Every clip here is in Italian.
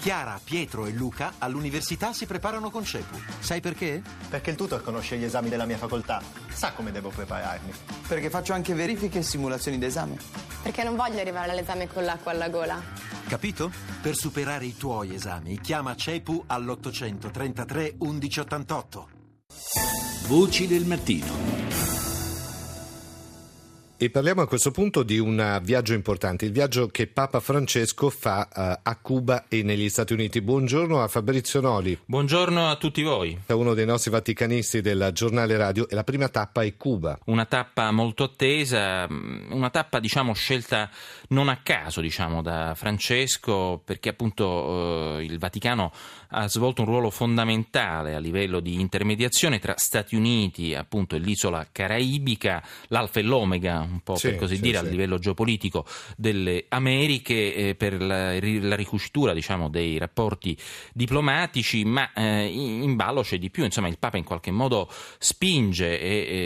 Chiara, Pietro e Luca all'università si preparano con CEPU. Sai perché? Perché il tutor conosce gli esami della mia facoltà, sa come devo prepararmi. Perché faccio anche verifiche e simulazioni d'esame. Perché non voglio arrivare all'esame con l'acqua alla gola. Capito? Per superare i tuoi esami, chiama CEPU all'833 1188. Voci del mattino. E parliamo a questo punto di un viaggio importante, il viaggio che Papa Francesco fa a Cuba e negli Stati Uniti. Buongiorno a Fabrizio Noli. Buongiorno a tutti voi. È uno dei nostri vaticanisti del giornale radio e la prima tappa è Cuba. Una tappa molto attesa, una tappa scelta non a caso da Francesco, perché appunto il Vaticano ha svolto un ruolo fondamentale a livello di intermediazione tra Stati Uniti appunto e l'isola caraibica, l'alfa e l'omega un po' per così dire a livello geopolitico delle Americhe, per la ricucitura dei rapporti diplomatici, ma in ballo c'è di più. Insomma, il Papa in qualche modo spinge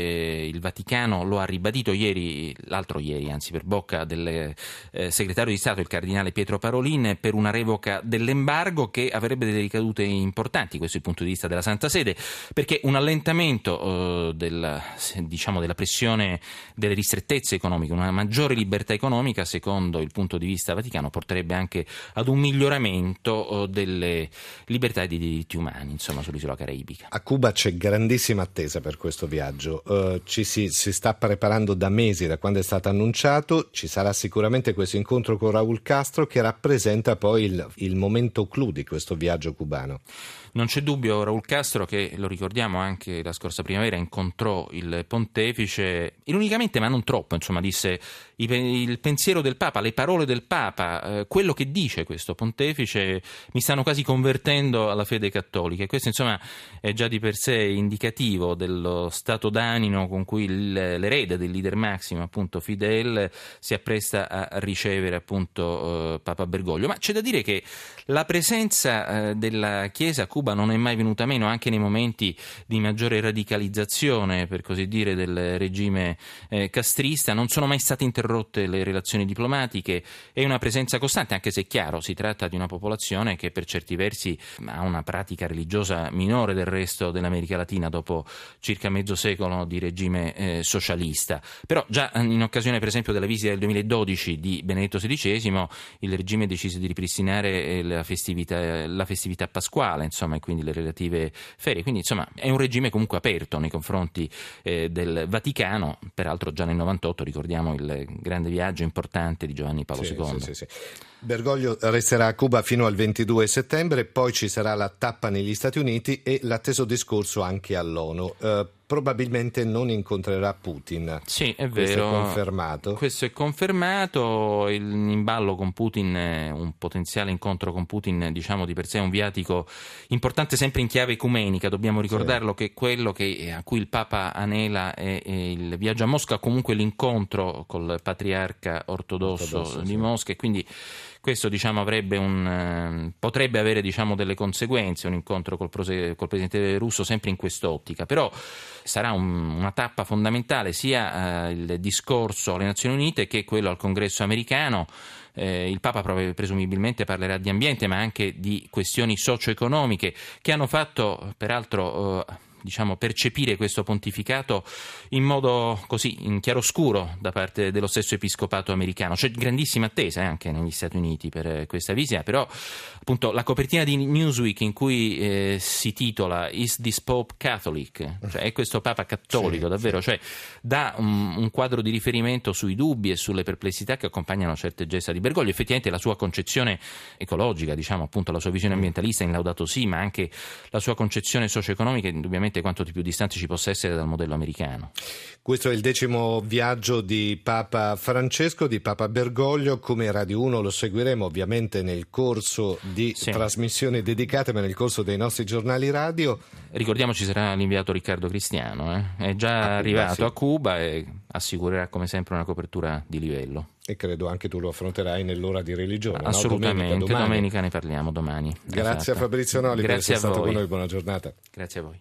e il Vaticano lo ha ribadito l'altro ieri, per bocca del segretario di Stato, il cardinale Pietro Parolin, per una revoca dell'embargo che avrebbe delle ricadute importanti. Questo è il punto di vista della Santa Sede, perché un allentamento della pressione delle ristrettezze economiche, una maggiore libertà economica, secondo il punto di vista vaticano, porterebbe anche ad un miglioramento delle libertà e dei diritti umani, sull'isola caraibica. A Cuba c'è grandissima attesa per questo viaggio. Ci si sta preparando da mesi, da quando è stato annunciato. Ci sarà sicuramente questo incontro con Raúl Castro, che rappresenta poi il momento clou di questo viaggio cubano. Non c'è dubbio, Raúl Castro, che lo ricordiamo anche la scorsa primavera, incontrò il pontefice ironicamente, ma non troppo, disse il pensiero del Papa, le parole del Papa, quello che dice questo pontefice mi stanno quasi convertendo alla fede cattolica, e questo è già di per sé indicativo dello stato d'animo con cui l'erede del leader massimo, appunto Fidel, si appresta a ricevere appunto Papa Bergoglio. Ma c'è da dire che la presenza della Chiesa a Cuba non è mai venuta meno, anche nei momenti di maggiore radicalizzazione, per così dire, del regime castrista. Non sono mai state interrotte le relazioni diplomatiche, è una presenza costante, anche se è chiaro, si tratta di una popolazione che per certi versi ha una pratica religiosa minore del resto dell'America Latina dopo circa mezzo secolo di regime socialista. Però già in occasione per esempio della visita del 2012 di Benedetto XVI, il regime decise di ripristinare la festività pasquale, e quindi le relative ferie. Quindi è un regime comunque aperto nei confronti del Vaticano. Peraltro già nel 98 ricordiamo il grande viaggio importante di Giovanni Paolo II. Sì. Bergoglio resterà a Cuba fino al 22 settembre, poi ci sarà la tappa negli Stati Uniti e l'atteso discorso anche all'ONU. Probabilmente non incontrerà Putin. Sì, è Questo vero. È confermato. Questo è confermato. In ballo con Putin, un potenziale incontro con Putin, di per sé è un viatico importante, sempre in chiave ecumenica. Dobbiamo ricordarlo che quello a cui il Papa anela è il viaggio a Mosca, comunque l'incontro col patriarca ortodosso di Mosca, e quindi questo potrebbe avere delle conseguenze, un incontro col presidente russo sempre in quest'ottica. Però sarà una tappa fondamentale sia il discorso alle Nazioni Unite che quello al Congresso americano. Il Papa presumibilmente parlerà di ambiente, ma anche di questioni socio-economiche che hanno fatto peraltro percepire questo pontificato in modo così in chiaroscuro da parte dello stesso episcopato americano. C'è grandissima attesa anche negli Stati Uniti per questa visita, però appunto la copertina di Newsweek in cui si titola "Is this Pope Catholic?", cioè è questo Papa cattolico davvero, cioè dà un quadro di riferimento sui dubbi e sulle perplessità che accompagnano certe gesta di Bergoglio. Effettivamente la sua concezione ecologica, appunto la sua visione ambientalista in Laudato Si', ma anche la sua concezione socio-economica, indubbiamente quanto di più distante ci possa essere dal modello americano. Questo è il 10° viaggio di Papa Francesco, di Papa Bergoglio. Come Radio 1 lo seguiremo ovviamente nel corso di trasmissioni dedicate, ma nel corso dei nostri giornali radio. Ricordiamoci, sarà l'inviato Riccardo Cristiano, è già arrivato a Cuba e assicurerà come sempre una copertura di livello. E credo anche tu lo affronterai nell'ora di religione. Assolutamente, domenica ne parliamo domani. Grazie a Fabrizio Noli per essere stato con noi, buona giornata. Grazie a voi.